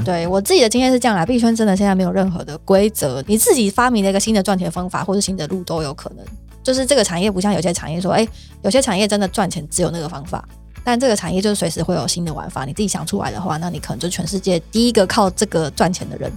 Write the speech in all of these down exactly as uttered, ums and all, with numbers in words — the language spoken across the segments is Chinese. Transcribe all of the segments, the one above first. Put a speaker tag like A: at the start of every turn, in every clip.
A: 对，我自己的经验是这样啦，币圈真的现在没有任何的规则，你自己发明了一个新的赚钱方法或是新的路都有可能。就是这个产业不像有些产业说，哎，有些产业真的赚钱只有那个方法，但这个产业就是随时会有新的玩法，你自己想出来的话，那你可能就是全世界第一个靠这个赚钱的人。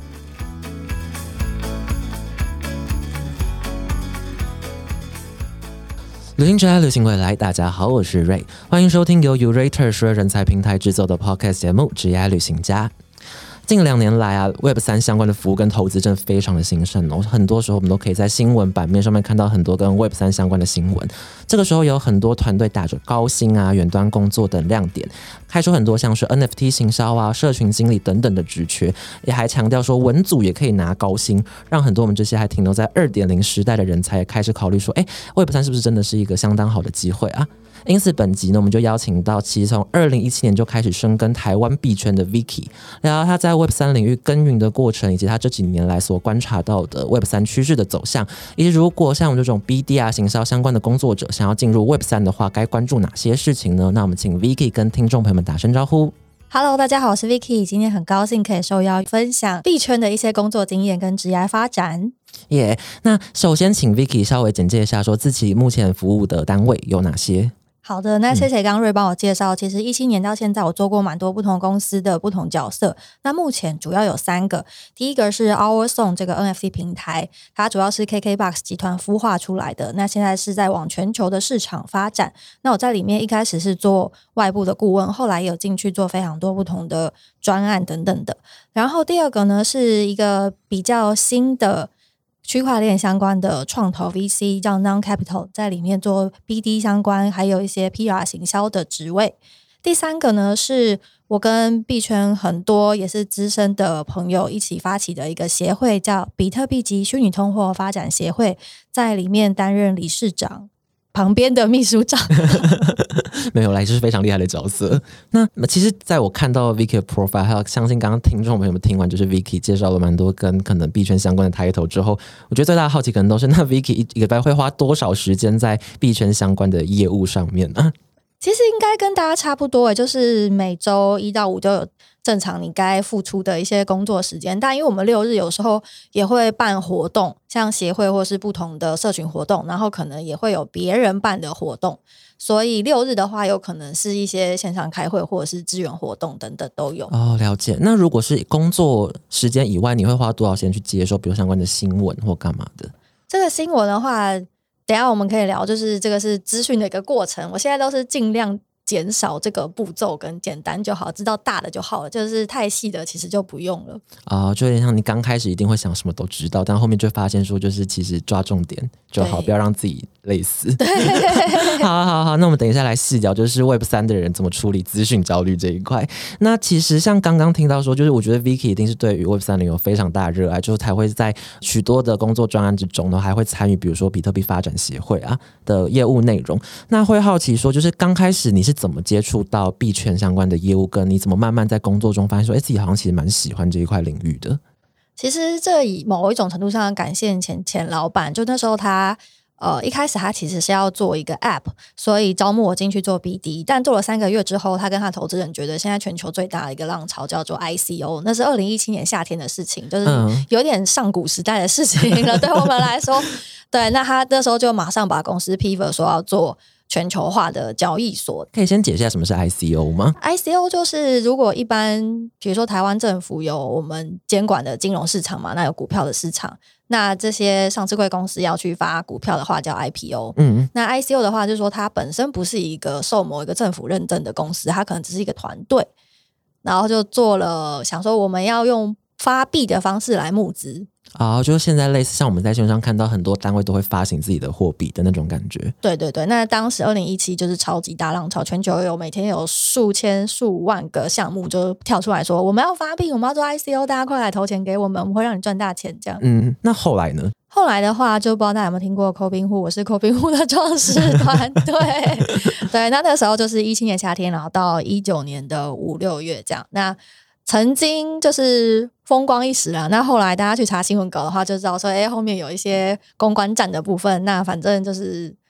B: 旅行者爱旅行未来，大家好，我是 Ray， 欢迎收听由 Yourator 数位人才平台制作的 Podcast 节目《职业爱旅行家》。近两年来啊 ，Web 三 相关的服务跟投资真的非常的兴盛哦。很多时候我们都可以在新闻版面上面看到很多跟 Web 三 相关的新闻。这个时候有很多团队打着高薪啊、远端工作等亮点，开出很多像是 N F T 行销啊、社群经理等等的职缺，也还强调说文组也可以拿高薪，让很多我们这些还停留在 二点零 时代的人才也开始考虑说，哎 ，Web 三 是不是真的是一个相当好的机会啊？因此本集呢，我们就邀请到其实从二零一七年就开始深耕台湾币圈的 Vicky， 聊聊他在 Web 三 领域耕耘的过程，以及他这几年来所观察到的 Web 三 趋势的走向，以及如果像我们这种 B D 啊、行销相关的工作者想要进入 Web 三 的话，该关注哪些事情呢？那我们请 Vicky 跟听众朋友们打声招呼。
A: Hello， 大家好，我是 Vicky， 今天很高兴可以受邀分享币圈的一些工作经验跟职业发展。
B: 耶、yeah, 那首先请 Vicky 稍微简介一下，说自己目前服务的单位有哪些？
A: 好的，那谢谢刚瑞帮我介绍、嗯、其实一七年到现在我做过蛮多不同公司的不同角色，那目前主要有三个。第一个是 OurSong 这个 N F T 平台，它主要是 K K B O X 集团孵化出来的，那现在是在往全球的市场发展。那我在里面一开始是做外部的顾问，后来有进去做非常多不同的专案等等的。然后第二个呢是一个比较新的区块链相关的创投 V C 叫 Non Capital， 在里面做 B D 相关还有一些 P R 行销的职位。第三个呢是我跟币圈很多也是资深的朋友一起发起的一个协会，叫比特币及虚拟通货发展协会，在里面担任理事长旁边的秘书长
B: 没有啦，就是非常厉害的角色。那其实在我看到 Vicky 的 profile， 还有相信刚刚听众朋友们听完就是 Vicky 介绍了蛮多跟可能币圈相关的 title 之后，我觉得最大的好奇可能都是那 Vicky 一个礼拜会花多少时间在币圈相关的业务上面啊？
A: 其实应该跟大家差不多，就是每周一到五都有正常你该付出的一些工作时间，但因为我们六日有时候也会办活动，像协会或是不同的社群活动，然后可能也会有别人办的活动，所以六日的话有可能是一些线上开会或者是支援活动等等都有。
B: 哦，了解。那如果是工作时间以外，你会花多少时间去接收比如相关的新闻或干嘛的？
A: 这个新闻的话等一下我们可以聊，就是这个是资讯的一个过程，我现在都是尽量减少这个步骤跟简单就好，知道大的就好了，就是太细的其实就不用了啊、
B: 呃，就有点像你刚开始一定会想什么都知道，但后面就发现说就是其实抓重点就好，不要让自己累死。对，好好好，那我们等一下来细聊，就是 Web 三 的人怎么处理资讯焦虑这一块。那其实像刚刚听到说，就是我觉得 Vicky 一定是对于 Web 三 有非常大的热爱，就是才会在许多的工作专案之中呢，还会参与比如说比特币发展协会啊的业务内容。那会好奇说，就是刚开始你是怎么接触到币圈相关的业务，跟你怎么慢慢在工作中发现说，哎，自己好像其实蛮喜欢这一块领域的？
A: 其实这以某一种程度上感谢前前老板，就那时候他呃一开始他其实是要做一个 app， 所以招募我进去做 B D， 但做了三个月之后，他跟他投资人觉得现在全球最大的一个浪潮叫做 I C O， 那是二零一七年夏天的事情，就是有点上古时代的事情了，对我们来说。对，那他那时候就马上把公司 pivot 说要做全球化的交易所。
B: 可以先解释一下什么是 I C O 吗？
A: I C O 就是如果一般比如说台湾政府有我们监管的金融市场嘛，那有股票的市场，那这些上市柜公司要去发股票的话叫 I P O。 嗯，那 I C O 的话就是说它本身不是一个受某一个政府认证的公司，它可能只是一个团队，然后就做了想说我们要用发币的方式来募资
B: 啊、哦，就是现在类似像我们在线上看到很多单位都会发行自己的货币的那种感觉。
A: 对对对，那当时二零一七就是超级大浪潮，全球有每天有数千数万个项目就跳出来说我们要发币，我们要做 I C O， 大家快来投钱给我们，我们会让你赚大钱这样。
B: 嗯，那后来呢？
A: 后来的话就不知道大家有没有听过 Cobinhood， 我是 Cobinhood 的创始团队对，那那个时候就是一七年夏天，然后到一九年的五六月这样。那曾经就是风光一时啦，那后来大家去查新闻稿的话就知道说，哎，后面有一些公关战的部分，那反正就是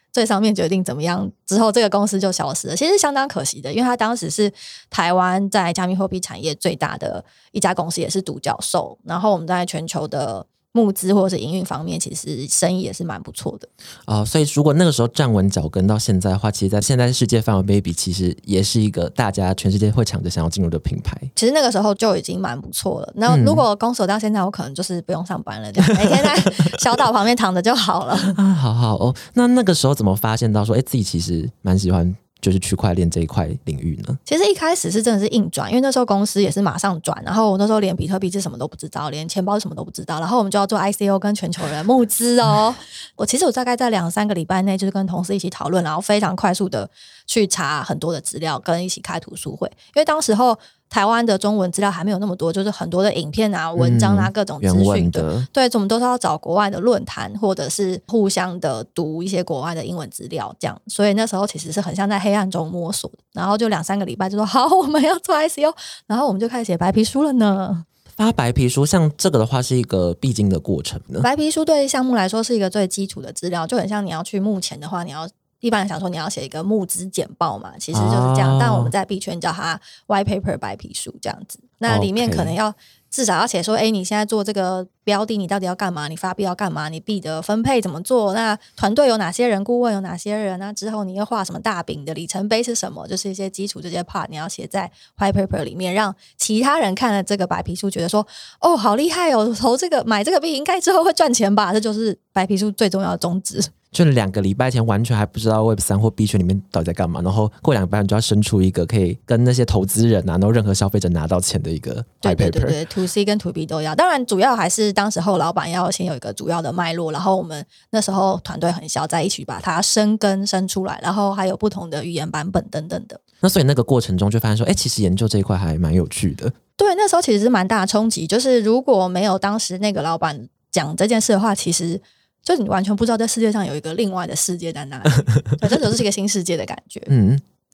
A: 最上面决定怎么样之后，这个公司就消失了，其实相当可惜的，因为它当时是台湾在加密货币产业最大的一家公司，也是独角兽，然后我们在全球的募资或者是营运方面，其实生意也是蛮不错的
B: 哦。所以如果那个时候站稳脚跟到现在的话，其实在现在世界范围 maybe 其实也是一个大家全世界会抢着想要进入的品牌。
A: 其实那个时候就已经蛮不错了。那如果公守到现在，我可能就是不用上班了，这样每天在小岛旁边躺着就好了
B: 啊，好好哦。那那个时候怎么发现到说，哎，自己其实蛮喜欢就是区块链这一块领域呢？
A: 其实一开始是真的是硬转，因为那时候公司也是马上转，然后我那时候连比特币是什么都不知道，连钱包是什么都不知道，然后我们就要做 I C O 跟全球人募资哦。我其实我大概在两三个礼拜内就是跟同事一起讨论，然后非常快速的去查很多的资料，跟一起开图书会，因为当时候台湾的中文资料还没有那么多，就是很多的影片啊、文章啊、嗯、各种资讯的，对，我们都是要找国外的论坛，或者是互相的读一些国外的英文资料，这样。所以那时候其实是很像在黑暗中摸索的，然后就两三个礼拜就说好，我们要做 I C O， 然后我们就开始写白皮书了呢。
B: 发白皮书像这个的话是一个必经的过程呢。
A: 白皮书对项目来说是一个最基础的资料，就很像你要去募钱的话，你要一般人想说你要写一个募资简报嘛，其实就是这样、哦、但我们在币圈叫它 white paper 白皮书这样子。那里面可能要、okay. 至少要写说，哎，你现在做这个标的你到底要干嘛，你发币要干嘛，你币的分配怎么做，那团队有哪些人，顾问有哪些人，那之后你要画什么大饼的里程碑是什么，就是一些基础这些 part 你要写在 white paper 里面，让其他人看了这个白皮书觉得说，哦好厉害哦，投这个买这个币应该之后会赚钱吧，这就是白皮书最重要的宗旨。
B: 就两个礼拜前完全还不知道 Web 三 或币圈里面到底在干嘛，然后过两个礼拜你就要生出一个可以跟那些投资人啊，然后任何消费者拿到钱的一个 white paper。
A: 对对对对 To C 跟 To B 都要，当然主要还是当时候老板要先有一个主要的脉络，然后我们那时候团队很小，在一起把它生根生出来，然后还有不同的语言版本等等的。
B: 那所以那个过程中就发现说，哎，其实研究这一块还蛮有趣的。
A: 对，那时候其实是蛮大的冲击，就是如果没有当时那个老板讲这件事的话，其实就你完全不知道在世界上有一个另外的世界在哪里。对，这就是一个新世界的感觉。
B: 嗯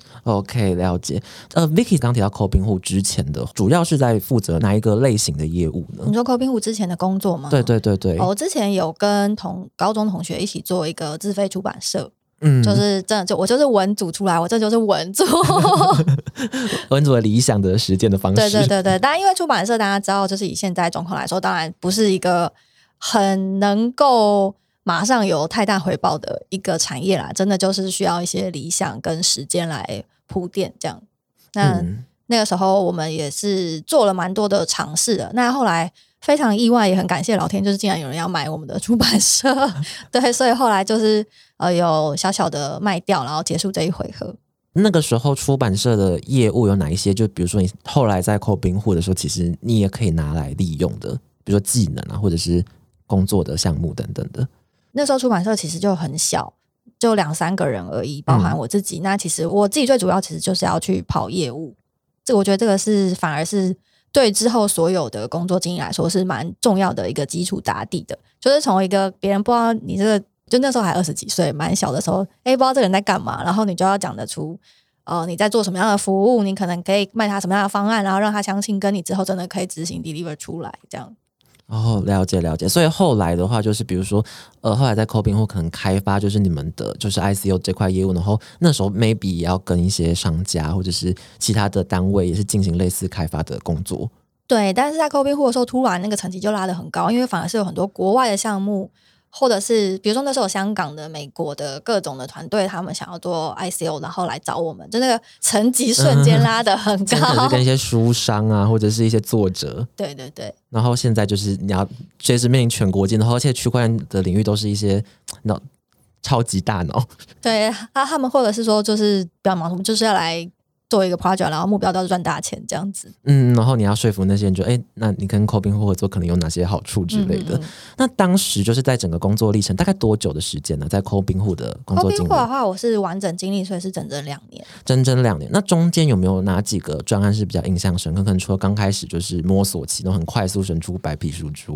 B: OK 了解。呃 Vicky 刚提到 Cobinhood 之前的主要是在负责哪一个类型的业务呢？
A: 你说 Cobinhood 之前的工作吗？
B: 对对对对、
A: 哦、我之前有跟同高中同学一起做一个自费出版社。嗯，就是真的就我就是文组出来，我这就是文组
B: 文组的理想的实践的方式。
A: 对对对对，但因为出版社大家知道，就是以现在状况来说，当然不是一个很能够马上有太大回报的一个产业啦，真的就是需要一些理想跟时间来铺垫这样。那、嗯、那个时候我们也是做了蛮多的尝试的，那后来非常意外，也很感谢老天，就是竟然有人要买我们的出版社对，所以后来就是呃有小小的卖掉，然后结束这一回合。
B: 那个时候出版社的业务有哪一些，就比如说你后来在 Cobinhood 的时候其实你也可以拿来利用的，比如说技能啊，或者是工作的项目等等的。
A: 那时候出版社其实就很小，就两三个人而已，包含我自己、嗯、那其实我自己最主要其实就是要去跑业务，这我觉得这个是反而是对之后所有的工作经历来说是蛮重要的一个基础打底的，就是从一个别人不知道你这个就那时候还二十几岁蛮小的时候，诶不知道这个人在干嘛，然后你就要讲得出呃你在做什么样的服务，你可能可以卖他什么样的方案，然后让他相信跟你之后真的可以执行 deliver 出来这样。
B: 哦，了解了解。所以后来的话就是比如说呃，后来在 Cobinhood 可能开发就是你们的就是 I C O 这块业务，然后那时候 maybe 也要跟一些商家或者是其他的单位也是进行类似开发的工作。
A: 对，但是在 Cobinhood 的时候突然那个成绩就拉得很高，因为反而是有很多国外的项目，或者是比如说那时候有香港的、美国的各种的团队，他们想要做 I C O 然后来找我们，就那个成绩瞬间拉得很高、嗯、可能是
B: 跟一些书商啊或者是一些作者。
A: 对对对，然
B: 后现在就是你要随时面临全国性，然后而且区块链的领域都是一些脑超级大脑。
A: 对，他们或者是说就是不要忙什么，就是要来做一个 project， 然后目标都是赚大钱这样子。嗯，
B: 然后你要说服那些人就，哎，那你跟 Cobinhood 合作可能有哪些好处之类的。嗯嗯嗯，那当时就是在整个工作历程大概多久的时间呢？在 Cobinhood 的工作经历
A: Cobinhood 的话，我是完整经历，所以是整整两年。
B: 整整两年。那中间有没有哪几个专案是比较印象深刻？可能除了刚开始就是摸索期，都很快速生出白皮书之外。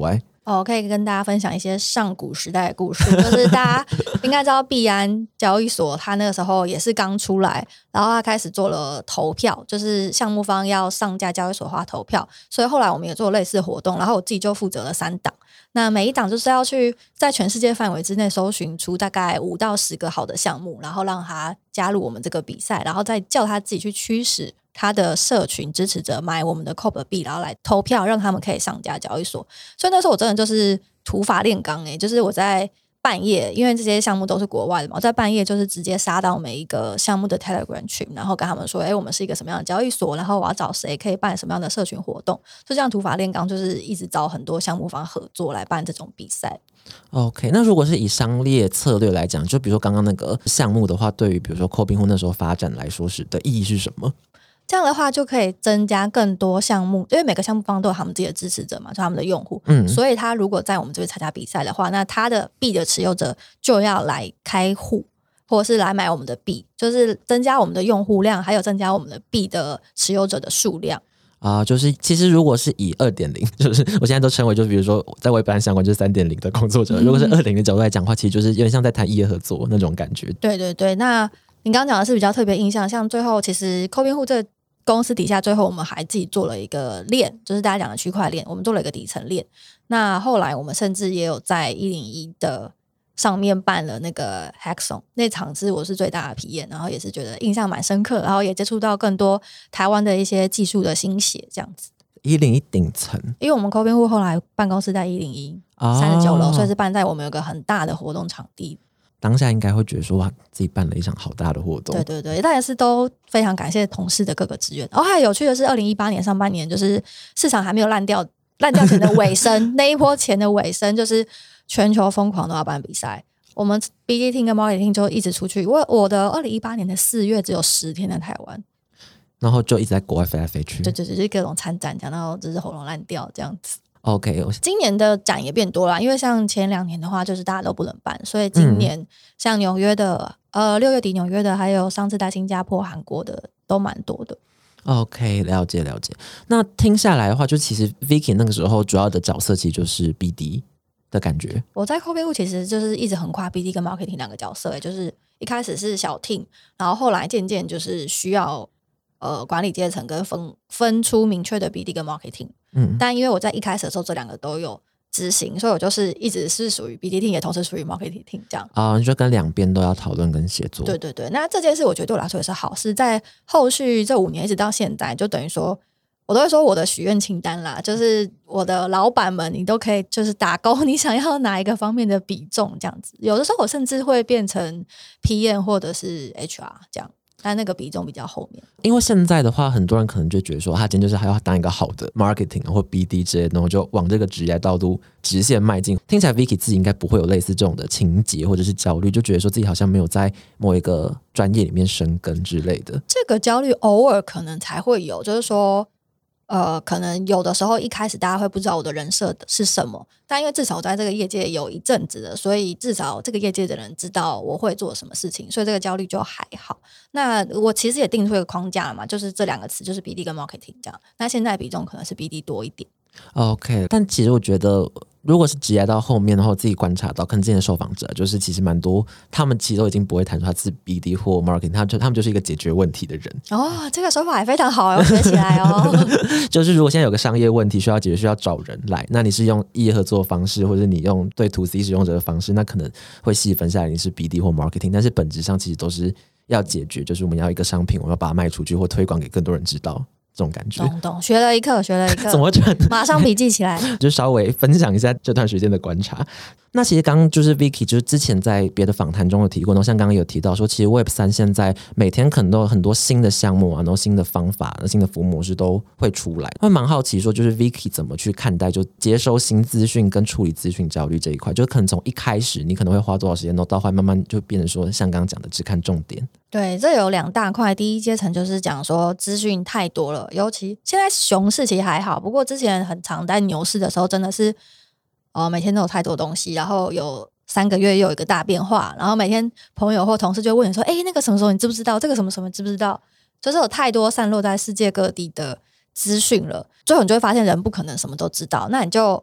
A: 哦，可以跟大家分享一些上古时代的故事，就是大家应该知道币安交易所，它那个时候也是刚出来，然后它开始做了投票，就是项目方要上架交易所化投票，所以后来我们也做类似的活动，然后我自己就负责了三档，那每一档就是要去在全世界范围之内搜寻出大概五到十个好的项目，然后让他加入我们这个比赛，然后再叫他自己去驱使他的社群支持者买我们的 C O P 币，然后来投票让他们可以上架交易所。所以那时候我真的就是土法炼钢欸，就是我在半夜，因为这些项目都是国外的嘛，我在半夜就是直接杀到每一个项目的 Telegram 群，然后跟他们说，哎，我们是一个什么样的交易所，然后我要找谁可以办什么样的社群活动，就这样土法炼钢，就是一直找很多项目方合作来办这种比赛。
B: OK， 那如果是以商业策略来讲，就比如说刚刚那个项目的话，对于比如说 Cobinhood 那时候发展来说是的意义是什么？
A: 这样的话就可以增加更多项目，因为每个项目方都有他们自己的支持者嘛，就他们的用户，
B: 嗯，
A: 所以他如果在我们这边参加比赛的话，那他的币的持有者就要来开户，或者是来买我们的币，就是增加我们的用户量，还有增加我们的币的持有者的数量。
B: 啊、呃，就是其实如果是以 二点零， 就是我现在都称为，就比如说在微班相关就是 三点零 的工作者，嗯、如果是 二点零 的角度来讲的话，其实就是有点像在谈业合作那种感觉。
A: 对对对，那你刚刚讲的是比较特别印象，像最后其实 Cobinhood 这公司底下最后我们还自己做了一个链，就是大家讲的区块链，我们做了一个底层链。那后来我们甚至也有在一零一的上面办了那个 Hackathon， 那场是我是最大的体验，然后也是觉得印象蛮深刻，然后也接触到更多台湾的一些技术的新血这样子。
B: 一零一顶层，
A: 因为我们 Cobinhood 后来办公室在一零一三十九楼，所以是办在我们有个很大的活动场地。
B: 当下应该会觉得说哇，自己办了一场好大的活动。
A: 对对对，但也是都非常感谢同事的各个支援。然后还有有趣的是，二零一八年上半年就是市场还没有烂掉，烂掉前的尾声，那一波前的尾声，就是全球疯狂都要办比赛。我们 B D Team 跟 Marketing 就一直出去。我我的二零一八年的四月只有十天在台湾，
B: 然后就一直在国外飞来飞去。
A: 对对对，就是各种参展，讲到就是喉咙烂掉这样子。
B: OK，
A: 今年的展也变多了，因为像前两年的话，就是大家都不能办，所以今年像纽约的，嗯、呃，六月底纽约的，还有上次在新加坡、韩国的都蛮多的。
B: OK， 了解了解。那听下来的话，就其实 Vicky 那个时候主要的角色其实就是 B D 的感觉。
A: 我在 Cobinhood 其实就是一直横跨 B D 跟 Marketing 两个角色，就是一开始是小 team， 然后后来渐渐就是需要呃管理阶层跟分分出明确的 B D 跟 Marketing。嗯，但因为我在一开始的时候这两个都有执行，所以我就是一直是属于 B D team， 也同时属于 Marketing team 这样。
B: 啊、哦，你就跟两边都要讨论跟协作。
A: 对对对，那这件事我觉得对我来说也是好事，在后续这五年一直到现在，就等于说我都会说我的许愿清单啦，就是我的老板们，你都可以就是打勾你想要哪一个方面的比重这样子。有的时候我甚至会变成 P M 或者是 H R 这样。但那个比重比较后面，
B: 因为现在的话，很多人可能就觉得说，他今天就是还要当一个好的 marketing 或 B D 之类的，然后就往这个职业道路直线迈进。听起来 Vicky 自己应该不会有类似这种的情节或者是焦虑，就觉得说自己好像没有在某一个专业里面生根之类的。
A: 这个焦虑偶尔可能才会有，就是说。呃，可能有的时候一开始大家会不知道我的人设是什么，但因为至少我在这个业界有一阵子了，所以至少这个业界的人知道我会做什么事情，所以这个焦虑就还好。那我其实也定出一个框架了嘛，就是这两个词就是 B D 跟 Marketing 这样。那现在比重可能是 B D 多一点。
B: OK， 但其实我觉得，如果是职业到后面，然后自己观察到，可能之前的受访者就是其实蛮多，他们其实都已经不会谈说他是 B D 或 Marketing， 他就他们就是一个解决问题的人。
A: 哦，这个手法也非常好，我学起来哦。
B: 就是如果现在有个商业问题需要解决，需要找人来，那你是用业合作方式，或者你用对 to C 使用者的方式，那可能会细分下来你是 B D 或 Marketing， 但是本质上其实都是要解决，就是我们要一个商品，我们要把它卖出去或推广给更多人知道。这种感觉，
A: 懂懂，学了一课，学了一课，
B: 怎么转？
A: 马上笔记起来，
B: 就稍微分享一下这段时间的观察。那其实刚刚就是 Vicky 就是之前在别的访谈中有提过，然后像刚刚有提到说，其实 Web 三 现在每天可能都有很多新的项目啊，然后新的方法、新的服务模式都会出来。会蛮好奇说，就是 Vicky 怎么去看待就接收新资讯跟处理资讯焦虑这一块，就可能从一开始你可能会花多少时间，然后到后来慢慢就变成说，像刚刚讲的只看重点。
A: 对，这有两大块。第一阶层就是讲说资讯太多了，尤其现在熊市其实还好，不过之前很常在牛市的时候真的是，呃，每天都有太多东西，然后有三个月又有一个大变化，然后每天朋友或同事就问你说，哎，那个什么时候你知不知道？这个什么什么知不知道？就是有太多散落在世界各地的资讯了，最后你就会发现人不可能什么都知道，那你就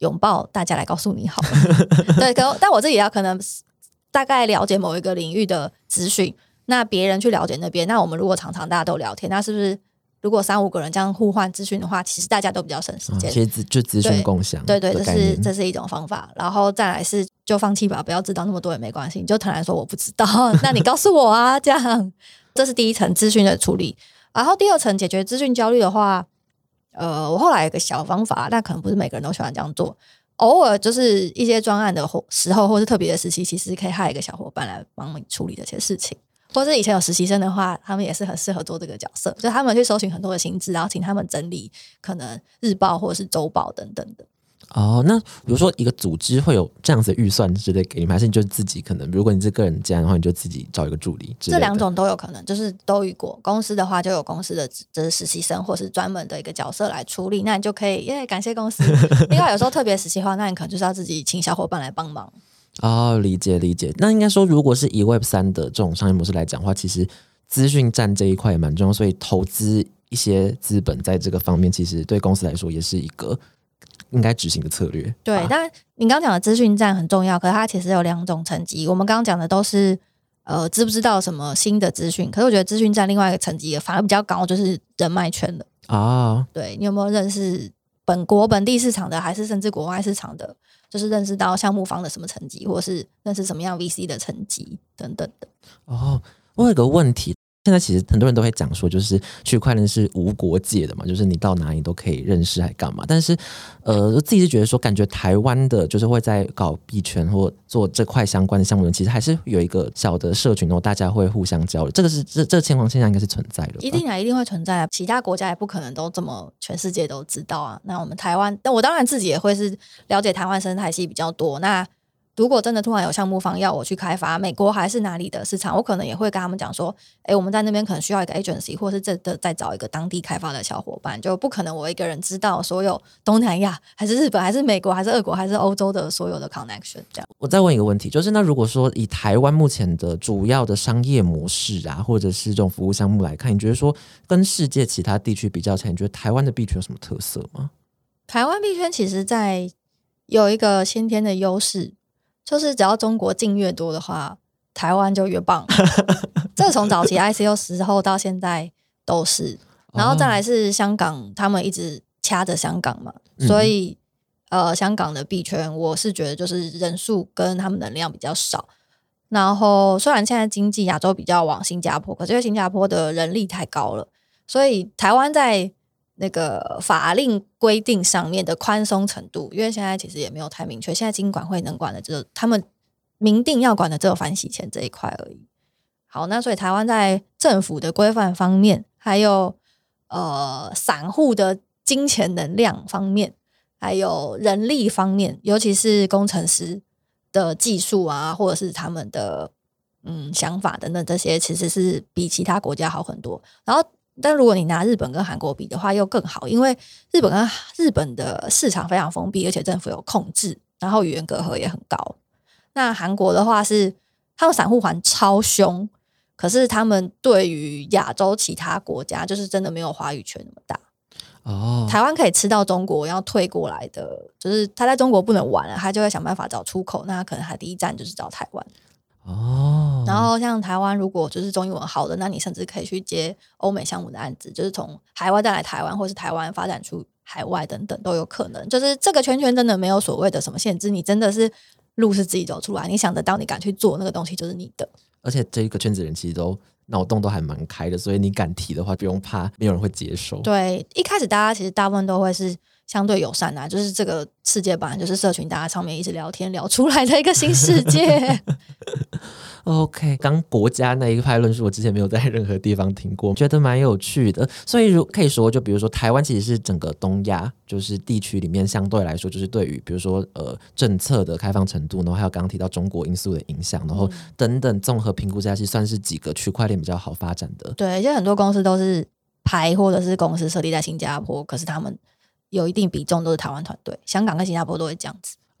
A: 拥抱大家来告诉你好了。对，可但我自己要可能大概了解某一个领域的资讯，那别人去了解那边，那我们如果常常大家都聊天，那是不是如果三五个人这样互换资讯的话，其实大家都比较省时间、
B: 嗯、其实就资讯共享，
A: 对对对，这是这是一种方法。然后再来是就放弃吧，不要知道那么多也没关系，你就坦然说我不知道，那你告诉我啊，这样。这是第一层资讯的处理。然后第二层解决资讯焦虑的话，呃，我后来有个小方法，但可能不是每个人都喜欢这样做。偶尔就是一些专案的时候，或是特别的时期，其实可以害一个小伙伴来帮你处理这些事情。或是以前有实习生的话，他们也是很适合做这个角色，就他们去搜寻很多的薪资，然后请他们整理可能日报或者是周报等等的。
B: 哦，那比如说一个组织会有这样子的预算之类给你们，还是你就自己可能，如果你是个人接案的话，你就自己找一个助理之类的？
A: 这两种都有可能，就是都遇过。公司的话就有公司的就是实习生或是专门的一个角色来处理，那你就可以耶感谢公司。另外有时候特别实习的话，那你可能就是要自己请小伙伴来帮忙。
B: 哦，理解理解。那应该说，如果是以 Web 三的这种商业模式来讲的话，其实资讯站这一块也蛮重要，所以投资一些资本在这个方面，其实对公司来说也是一个应该执行的策略。
A: 对，但你刚刚讲的资讯站很重要，可是它其实有两种层级。我们刚刚讲的都是呃知不知道什么新的资讯，可是我觉得资讯站另外一个层级反而比较高，就是人脉圈的啊、哦。对，你有没有认识本国本地市场的，还是甚至国外市场的？就是认识到项目方的什么层级，或是认识什么样 V C 的层级等等的。
B: 哦，我有个问题。现在其实很多人都会讲说，就是区块链是无国界的嘛，就是你到哪里都可以认识还干嘛。但是呃，我自己是觉得说，感觉台湾的就是会在搞币圈或做这块相关的项目人，其实还是有一个小的社群，然后大家会互相交流。这个是这这个情况现在应该是存在的，
A: 一定啊，一定会存在啊。其他国家也不可能都这么全世界都知道啊。那我们台湾，但我当然自己也会是了解台湾生态系比较多。那如果真的突然有项目方要我去开发美国还是哪里的市场，我可能也会跟他们讲说，哎，我们在那边可能需要一个 agency， 或是这的再找一个当地开发的小伙伴，就不可能我一个人知道所有东南亚还是日本还是美国还是俄国还是欧洲的所有的 connection。这样，
B: 我再问一个问题，就是那如果说以台湾目前的主要的商业模式啊，或者是这种服务项目来看，你觉得说跟世界其他地区比较起来，你觉得台湾的币圈有什么特色吗？
A: 台湾币圈其实在有一个先天的优势。就是只要中国进越多的话，台湾就越棒。这从早期 I C O 时候到现在都是，然后再来是香港，他们一直掐着香港嘛，嗯、所以呃，香港的币圈我是觉得就是人数跟他们能量比较少。然后虽然现在经济亚洲比较往新加坡，可是因为新加坡的人力太高了，所以台湾在那个法令规定上面的宽松程度，因为现在其实也没有太明确，现在金管会能管的只有他们明定要管的只有反洗钱这一块而已。好，那所以台湾在政府的规范方面，还有呃散户的金钱能量方面，还有人力方面，尤其是工程师的技术啊，或者是他们的嗯想法等等，这些其实是比其他国家好很多。然后但如果你拿日本跟韩国比的话又更好，因为日本跟日本的市场非常封闭，而且政府有控制，然后语言隔阂也很高。那韩国的话是他们散户还超凶，可是他们对于亚洲其他国家就是真的没有话语权那么大。哦，台湾可以吃到中国要退过来的，就是他在中国不能玩了，他就会想办法找出口，那他可能他第一站就是找台湾。哦，然后像台湾如果就是中英文好的，那你甚至可以去接欧美项目的案子，就是从海外带来台湾，或是台湾发展出海外等等都有可能。就是这个圈圈真的没有所谓的什么限制，你真的是路是自己走出来，你想得到你敢去做那个东西就是你的。
B: 而且这个圈子人其实都脑洞都还蛮开的，所以你敢提的话不用怕没有人会接受。
A: 对，一开始大家其实大部分都会是相对友善啊，就是这个世界版就是社群大家上面一直聊天聊出来的一个新世界。
B: OK， 刚国家那一派论述我之前没有在任何地方听过，觉得蛮有趣的。所以可以说就比如说台湾其实是整个东亚就是地区里面相对来说就是对于比如说呃政策的开放程度，然后还有刚刚提到中国因素的影响，然后等等综合评估下去算是几个区块链比较好发展的。
A: 对，因为很多公司都是牌或者是公司设立在新加坡，可是他们有一定比重都是台湾团队，香港跟新加坡都会这样子。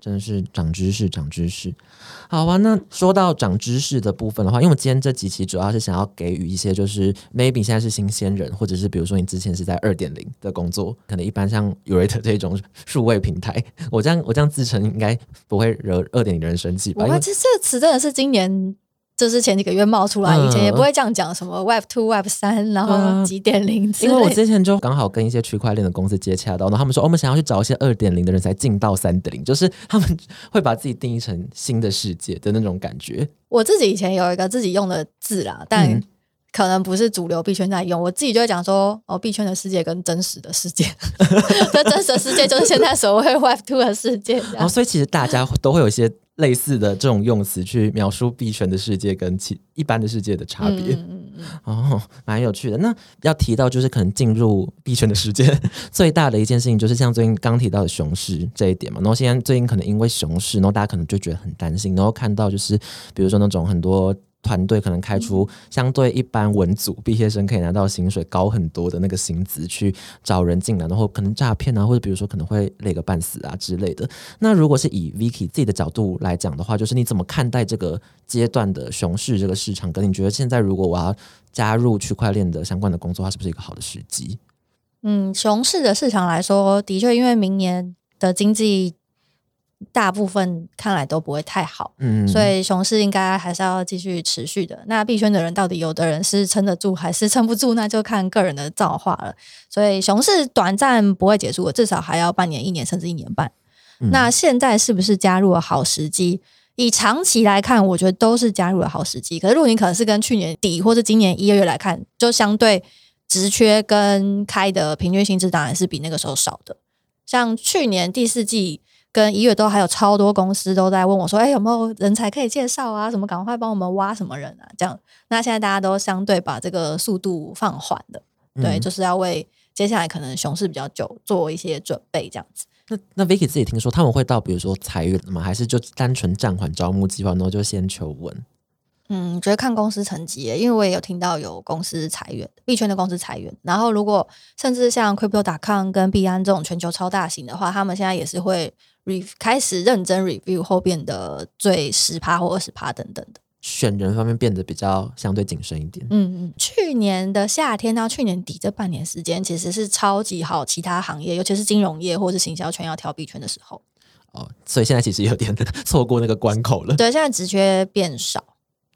B: 真的是长知识长知识。好啊，那说到长知识的部分的话，因为我今天这几期主要是想要给予一些就是 maybe 现在是新鲜人，或者是比如说你之前是在 二点零 的工作，可能一般像 Yourator 这种数位平台，我这样我这样自称应该不会惹 二点零 的人生气吧？
A: 我这这个词真的是今年就是前几个月冒出来，以前也不会这样讲什么 Web 二 Web 三然后几点零之类的、
B: 嗯、因为我之前就刚好跟一些区块链的公司接洽到，然后他们说、哦、我们想要去找一些 二点零 的人才进到 三点零， 就是他们会把自己定义成新的世界的那种感觉。
A: 我自己以前有一个自己用的字啦，但、嗯可能不是主流币圈在用，我自己就会讲说，哦，币圈的世界跟真实的世界，这真实的世界就是现在所谓 Web 二 的世界。
B: 哦，所以其实大家都会有一些类似的这种用词去描述币圈的世界跟其一般的世界的差别。嗯嗯嗯哦，蛮有趣的。那要提到就是可能进入币圈的世界最大的一件事情，就是像最近刚提到的熊市这一点嘛。然后现在最近可能因为熊市，然后大家可能就觉得很担心，然后看到就是比如说那种很多团队可能开出相对一般文组毕业生可以拿到薪水高很多的那个薪资去找人进来，然后可能诈骗啊，或者比如说可能会累个半死啊之类的。那如果是以 Vicky 自己的角度来讲的话，就是你怎么看待这个阶段的熊市这个市场，跟你觉得现在如果我要加入区块链的相关的工作，它是不是一个好的时机？
A: 嗯，熊市的市场来说，的确因为明年的经济大部分看来都不会太好，嗯，所以熊市应该还是要继续持续的。那币圈的人到底有的人是撑得住还是撑不住，那就看个人的造化了。所以熊市短暂不会结束的，至少还要半年、一年甚至一年半。嗯、那现在是不是加入了好时机？以长期来看，我觉得都是加入了好时机。可是如果你可能是跟去年底或是今年一二月来看，就相对职缺跟开的平均薪资当然是比那个时候少的。像去年第四季跟一月都还有超多公司都在问我说，哎、欸，有没有人才可以介绍啊？什么赶快帮我们挖什么人啊？这样，那现在大家都相对把这个速度放缓了，对、嗯，就是要为接下来可能熊市比较久做一些准备，这样子。
B: 那那 Vicky 自己听说他们会到比如说裁员吗？还是就单纯暂缓招募计划，然后就先求稳？
A: 嗯，觉得看公司层级耶，因为我也有听到有公司裁员，币圈的公司裁员，然后如果甚至像 Crypto 点 com 跟币安这种全球超大型的话，他们现在也是会 re 开始认真 review 后变得最 百分之十 或 百分之二十 等等的，
B: 选人方面变得比较相对谨慎一点。
A: 嗯嗯，去年的夏天到去年底这半年时间，其实是超级好，其他行业尤其是金融业或是行销圈要挑币圈的时候。
B: 哦，所以现在其实有点错过那个关口了。
A: 对，现在职缺变少。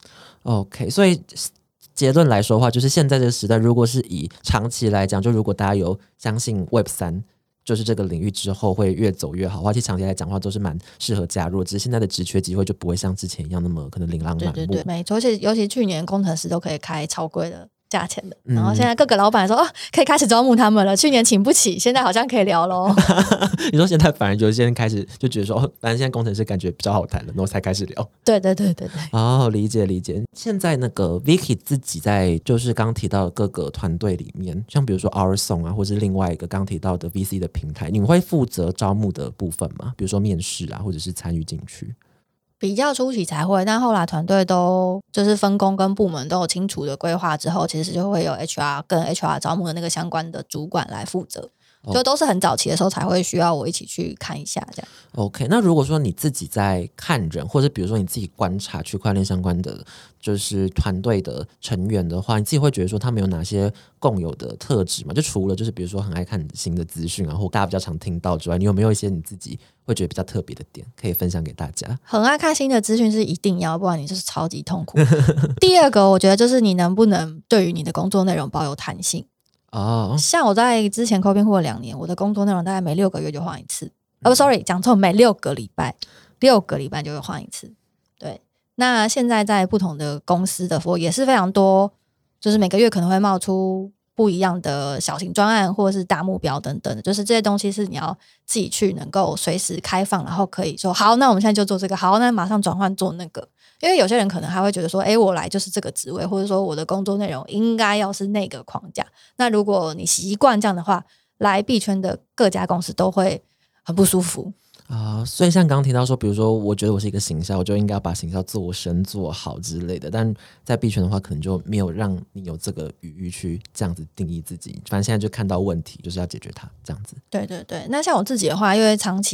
B: OK， 所以结论来说的话，就是现在这个时代，如果是以长期来讲，就如果大家有相信 Web 三就是这个领域之后会越走越好的话，其实长期来讲的话都是蛮适合加入，只是现在的职缺机会就不会像之前一样那么可能琳琅满目。
A: 对对对，没错，而且尤其去年工程师都可以开超贵的价钱的，然后现在各个老板说、嗯、哦，可以开始招募他们了。去年请不起，现在好像可以聊咯。
B: 你说现在反而就先开始就觉得说，哦，反正现在工程师感觉比较好谈了，然后才开始聊。
A: 对对对对对。
B: 哦，理解理解。现在那个 Vicky 自己在就是刚提到的各个团队里面，像比如说 OurSong 啊，或是另外一个刚提到的 V C 的平台，你们会负责招募的部分吗？比如说面试啊，或者是参与进去？
A: 比较初期才会，但后来团队都就是分工跟部门都有清楚的规划之后，其实就会有 H R 跟 H R 招募的那个相关的主管来负责，就都是很早期的时候才会需要我一起去看一下这样。
B: OK， 那如果说你自己在看人，或者比如说你自己观察区块链相关的就是团队的成员的话，你自己会觉得说他们有哪些共有的特质吗？就除了就是比如说很爱看新的资讯啊，或大家比较常听到之外，你有没有一些你自己会觉得比较特别的点可以分享给大家？
A: 很爱看新的资讯是一定要，不然你就是超级痛苦。第二个我觉得就是你能不能对于你的工作内容保有弹性。哦，像我在之前 Coping 过两年，我的工作内容大概每六个月就换一次。哦、嗯 ，sorry， 讲错，每六个礼拜，六个礼拜就会换一次。对，那现在在不同的公司的服务也是非常多，就是每个月可能会冒出不一样的小型专案或者是大目标等等的，就是这些东西是你要自己去能够随时开放，然后可以说好，那我们现在就做这个，好，那马上转换做那个。因为有些人可能还会觉得说，诶，我来就是这个职位，或者说我的工作内容应该要是那个框架。那如果你习惯这样的话，来币圈的各家公司都会很不舒服。
B: 啊、uh, 所以像刚刚提到说，比如说我觉得我是一个行销，我就应该要把行销做深做好之类的，但在币圈的话可能就没有让你有这个余裕去这样子定义自己，反正现在就看到问题就是要解决它这样子。
A: 对对对，那像我自己的话，因为长期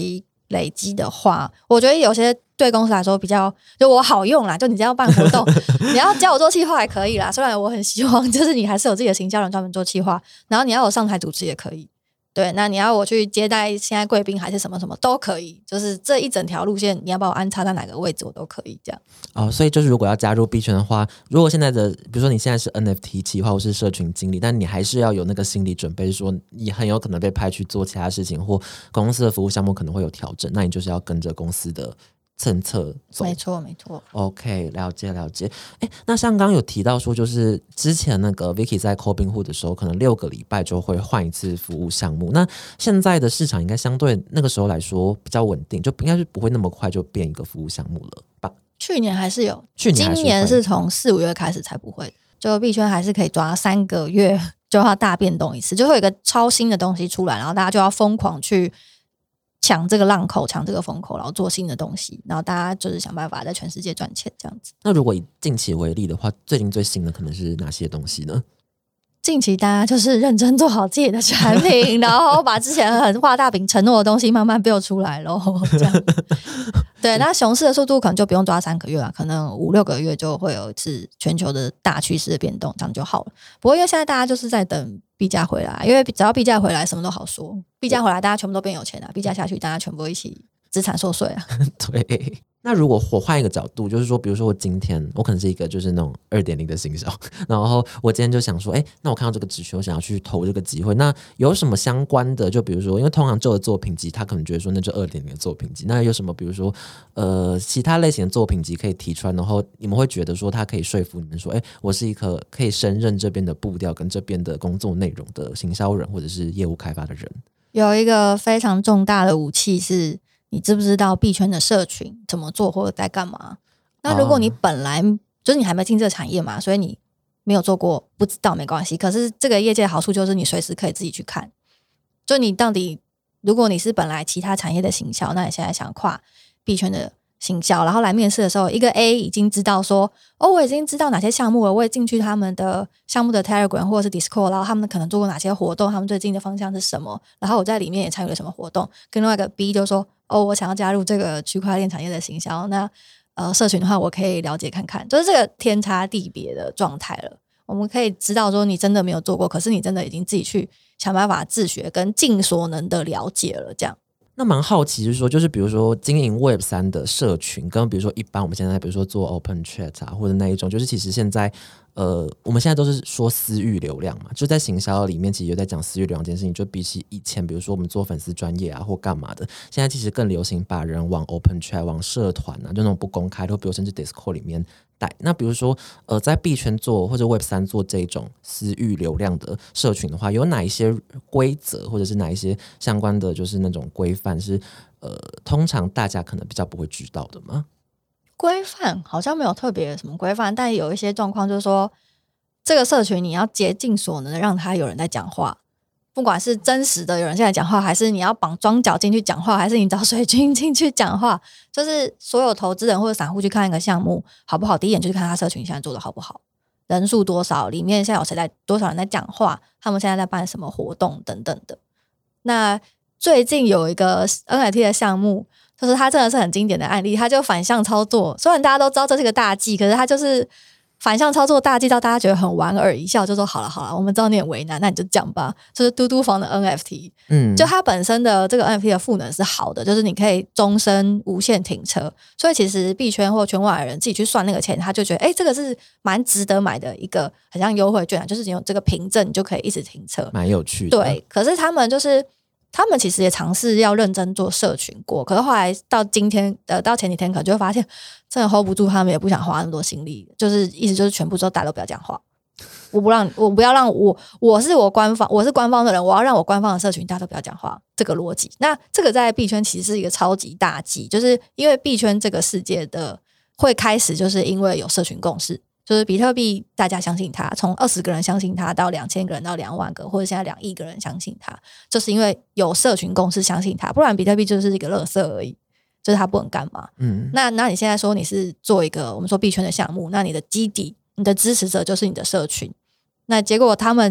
A: 累积的话，我觉得有些对公司来说比较就我好用啦，就你这样办活动你要教我做企划也可以啦，虽然我很希望就是你还是有自己的行销人专门做企划，然后你要有上台主持也可以，对，那你要我去接待现在贵宾还是什么什么都可以，就是这一整条路线你要把我安插在哪个位置我都可以这样。
B: 哦，所以就是如果要加入币圈的话，如果现在的比如说你现在是 N F T 企划或是社群经理，但你还是要有那个心理准备，说你很有可能被派去做其他事情，或公司的服务项目可能会有调整，那你就是要跟着公司的政策走。
A: 没错没错。
B: OK， 了解了解。诶，那像刚刚有提到说，就是之前那个 Vicky 在 Robinhood 的时候可能六个礼拜就会换一次服务项目，那现在的市场应该相对那个时候来说比较稳定，就应该是不会那么快就变一个服务项目了吧？
A: 去年还是有，
B: 去年还是
A: 今年是从四五月开始才不会，就币圈还是可以抓三个月就要大变动一次，就会有一个超新的东西出来，然后大家就要疯狂去抢这个浪口，抢这个风口，然后做新的东西，然后大家就是想办法在全世界赚钱这样子。
B: 那如果以近期为例的话，最近最新的可能是哪些东西呢？
A: 近期大家就是认真做好自己的产品然后把之前很画大饼承诺的东西慢慢 build 出来咯这样对，那熊市的速度可能就不用抓三个月了，可能五六个月就会有一次全球的大趋势的变动，这样就好了。不过因为现在大家就是在等币价回来，因为只要币价回来什么都好说，币价回来大家全部都变有钱了，币价下去大家全部一起资产缩水啊
B: 对，那如果我换一个角度，就是说比如说我今天我可能是一个就是那种 二点零 的行销，然后我今天就想说诶，那我看到这个职缺我想要去投这个机会，那有什么相关的，就比如说因为通常旧的作品集他可能觉得说那就 二点零 的作品集，那有什么比如说呃其他类型的作品集可以提出来，然后你们会觉得说他可以说服你们说诶，我是一个可以胜任这边的步调跟这边的工作内容的行销人或者是业务开发的人？
A: 有一个非常重大的武器是你知不知道币圈的社群怎么做或者在干嘛？那如果你本来、哦、就是你还没进这个产业嘛，所以你没有做过不知道没关系，可是这个业界的好处就是你随时可以自己去看，就你到底如果你是本来其他产业的行销，那你现在想跨币圈的行销，然后来面试的时候，一个 A 已经知道说哦，我已经知道哪些项目了，我也进去他们的项目的 Telegram 或者是 Discord， 然后他们可能做过哪些活动，他们最近的方向是什么，然后我在里面也参与了什么活动，跟另外一个 B 就说哦，我想要加入这个区块链产业的行销，那呃社群的话我可以了解看看，就是这个天差地别的状态了。我们可以知道说你真的没有做过，可是你真的已经自己去想办法自学跟尽所能的了解了这样。
B: 那蛮好奇就是说，就是比如说经营 Web 三 的社群跟比如说一般我们现在比如说做 Open Chat 啊或者那一种，就是其实现在呃我们现在都是说私域流量嘛，就在行销里面其实有在讲私域流量这件事情，就比起以前比如说我们做粉丝专业啊或干嘛的，现在其实更流行把人往 Open Chat 往社团啊就那种不公开的，比如甚至 Discord 里面带。那比如说呃在币圈做或者 Web 三 做这种私域流量的社群的话，有哪一些规则或者是哪一些相关的就是那种规范是呃通常大家可能比较不会知道的吗？
A: 规范好像没有特别什么规范，但有一些状况就是说这个社群你要竭尽所能的让他有人在讲话，不管是真实的有人现在讲话，还是你要绑装脚进去讲话，还是你找水军进去讲话，就是所有投资人或者散户去看一个项目好不好，第一眼就是看他社群现在做的好不好，人数多少，里面现在有谁在，多少人在讲话，他们现在在办什么活动等等的。那最近有一个 N F T 的项目，就是它真的是很经典的案例，它就反向操作，虽然大家都知道这是个大忌，可是它就是反向操作大忌到大家觉得很莞尔一笑，就说好了好了，我们知道你很为难，那你就讲吧。就是嘟嘟房的 N F T， 嗯，就它本身的这个 N F T 的赋能是好的，就是你可以终身无限停车，所以其实币圈或圈外的人自己去算那个钱，他就觉得哎、欸，这个是蛮值得买的一个很像优惠券，就是你有这个凭证你就可以一直停车，
B: 蛮有趣的。
A: 对，可是他们就是他们其实也尝试要认真做社群过，可是后来到今天呃到前几天可能就会发现真的 hold 不住，他们也不想花那么多心力，就是意思就是全部都大家都不要讲话，我不让我不要让我我是我官方我是官方的人，我要让我官方的社群大家都不要讲话，这个逻辑。那这个在币圈其实是一个超级大忌，就是因为币圈这个世界的会开始就是因为有社群共识，就是比特币大家相信它，从二十个人相信它到两千个人到两万个，或者现在两亿个人相信它，就是因为有社群共识相信它，不然比特币就是一个垃圾而已，就是它不能干嘛。嗯，那那你现在说你是做一个我们说币圈的项目，那你的基底你的支持者就是你的社群，那结果他们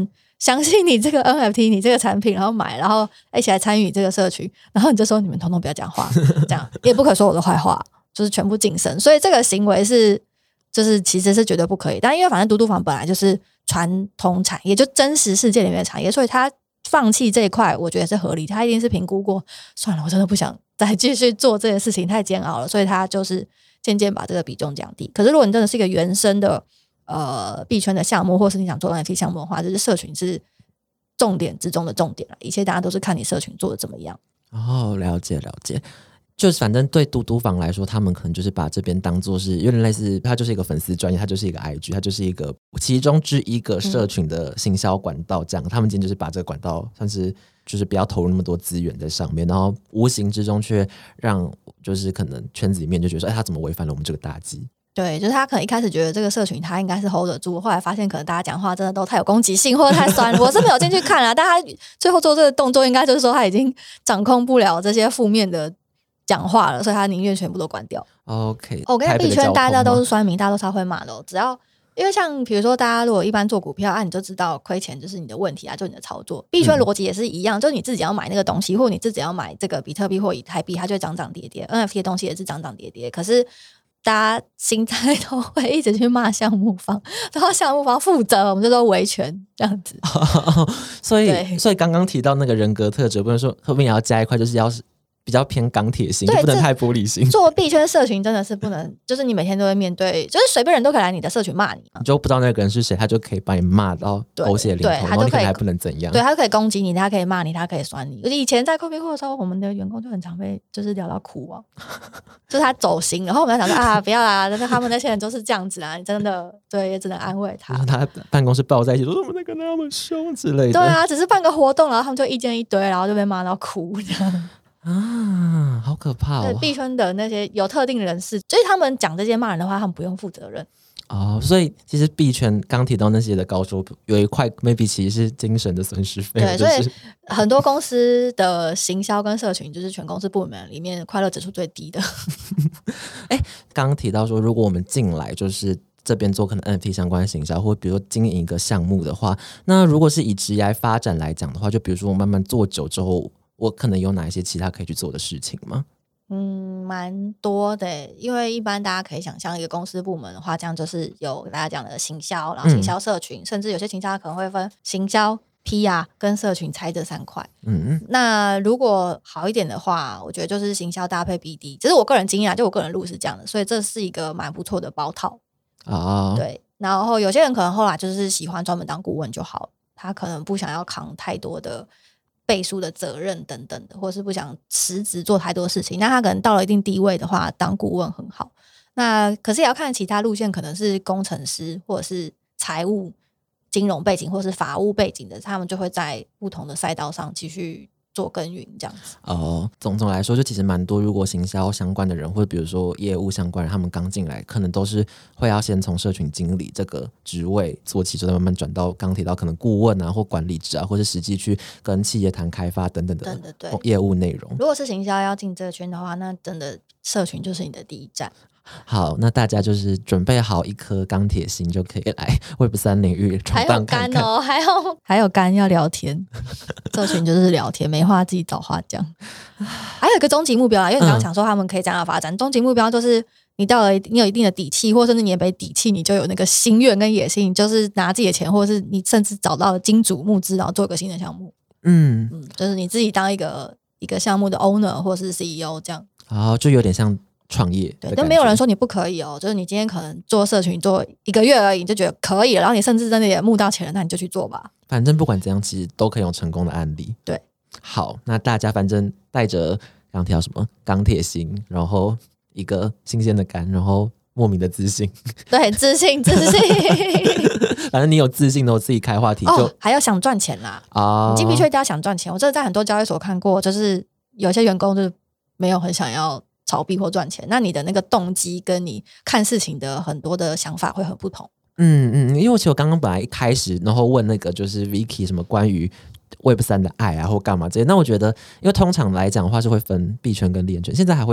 A: 相信你这个 N F T 你这个产品，然后买，然后一起来参与这个社群，然后你就说你们统统不要讲话，这样也不可说我的坏话，就是全部晋升。所以这个行为是就是其实是绝对不可以，但因为反正嘟嘟房本来就是传统产业，就真实世界里面的产业，所以他放弃这一块我觉得是合理，他一定是评估过算了我真的不想再继续做这件事情太煎熬了，所以他就是渐渐把这个比重降低。可是如果你真的是一个原生的呃币圈的项目，或是你想做 N F T 项目的话，就是社群是重点之中的重点了，一切大家都是看你社群做的怎么样。
B: 哦，了解了解。就是反正对嘟嘟房来说，他们可能就是把这边当作是有点类似，它就是一个粉丝专页，它就是一个 I G， 它就是一个其中之一个社群的行销管道这样、嗯、他们今天就是把这个管道算是就是不要投入那么多资源在上面，然后无形之中却让就是可能圈子里面就觉得说，哎，他怎么违反了我们这个大忌。
A: 对，就是他可能一开始觉得这个社群他应该是 hold 得住，后来发现可能大家讲话真的都太有攻击性或者太酸我是没有进去看啦，但他最后做这个动作应该就是说他已经掌控不了这些负面的讲话了，所以他宁愿全部都关掉。
B: OK，
A: 我跟币圈大家都是酸民，大家都超会骂的、哦、只要因为像比如说大家如果一般做股票啊，你就知道亏钱就是你的问题啊，就你的操作。币圈逻辑也是一样、嗯、就是你自己要买那个东西，或你自己要买这个比特币或以太币，它就会涨涨跌跌， N F T 的东西也是涨涨跌跌，可是大家心态都会一直去骂项目方，然后项目方负责，我们就说维权这样子
B: 所以所以刚刚提到那个人格特质，不能说后面也要加一块，就是要是比较偏钢铁心，就不能太玻璃心。做
A: 币圈社群真的是不能，就是你每天都会面对，就是随便人都可以来你的社群骂你，
B: 你就不知道那个人是谁，他就可以把你骂到狗血淋头，然后你可能还不能怎样。
A: 对，他就可以攻击你，他可以骂你，他可以酸你。以前在 Copy 库的时候，我们的员工就很常被就是聊到哭啊，就是他走心，然后我们就想说啊，不要啦，但是他们那些人都是这样子啊，你真的对也只能安慰他。
B: 他办公室抱在一起说我们在跟他们凶之类的。
A: 对啊，只是办个活动，然后他们就意见一堆，然后就被骂到哭这样。
B: 啊，好可怕哦！
A: 币圈的那些有特定人士，所以他们讲这些骂人的话，他们不用负责任
B: 哦。所以其实币圈刚提到那些的高手，有一块 maybe 其实是精神的损失费。
A: 对，
B: 就是、
A: 所以很多公司的行销跟社群，就是全公司部门里面快乐指数最低的。
B: 哎，刚刚提到说，如果我们进来就是这边做可能 N F T 相关的行销，或比如说经营一个项目的话，那如果是以职业发展来讲的话，就比如说我慢慢做久之后，我可能有哪一些其他可以去做的事情吗？
A: 嗯，蛮多的，因为一般大家可以想象一个公司部门的话，这样就是有大家讲的行销，然后行销社群、嗯、甚至有些行销可能会分行销 P R 跟社群拆这三块。嗯，那如果好一点的话，我觉得就是行销搭配 B D， 这是我个人经验，就我个人路是这样的，所以这是一个蛮不错的包套啊。对，然后有些人可能后来就是喜欢专门当顾问就好，他可能不想要扛太多的背书的责任等等的，或是不想辞职做太多事情，那他可能到了一定地位的话当顾问很好。那可是也要看其他路线，可能是工程师或者是财务金融背景或是法务背景的，他们就会在不同的赛道上继续做耕耘这样子。
B: 哦，总总来说就其实蛮多，如果行销相关的人或者比如说业务相关的人，他们刚进来可能都是会要先从社群经理这个职位做起，就慢慢转到刚提到可能顾问啊或管理职啊，或是实际去跟企业谈开发等等的业务内容。
A: 如果是行销要进这个圈的话，那真的社群就是你的第一站。
B: 好，那大家就是准备好一颗钢铁心，就可以来 Web 三领域闯荡看看。
A: 还有肝哦，还有还有肝要聊天，社群就是聊天，没话自己找话讲。还有一个终极目标啊，因为你刚刚讲说他们可以这样发展，嗯、终极目标就是你到了你有一定的底气，或甚至你也没底气，你就有那个心愿跟野心，就是拿自己的钱，或者是你甚至找到了金主募资，然后做一个新的项目。嗯嗯，就是你自己当一个一个项目的 owner 或是 C E O 这样。
B: 哦，就有点像创业。
A: 对，但没有人说你不可以哦，就是你今天可能做社群做一个月而已，你就觉得可以了，然后你甚至真的也募到钱了，那你就去做吧。
B: 反正不管怎样，其实都可以有成功的案例。
A: 对，
B: 好，那大家反正带着刚提到什么钢铁心，然后一个新鲜的肝，然后莫名的自信。
A: 对，自信自信。
B: 反正你有自信的，我自己开话题就、
A: 哦、还要想赚钱啦。哦，你进币圈一定要想赚钱。我这在很多交易所看过，就是有些员工就是没有很想要炒币或赚钱，那你的那个动机跟你看事情的很多的想法会很不同。嗯
B: 嗯，因为我其实我刚刚本来一开始然后问那个就是 Vicky 什么关于 Web 三的爱啊或干嘛这些，那我觉得因为通常来讲的话是会分币圈跟链圈，现在还会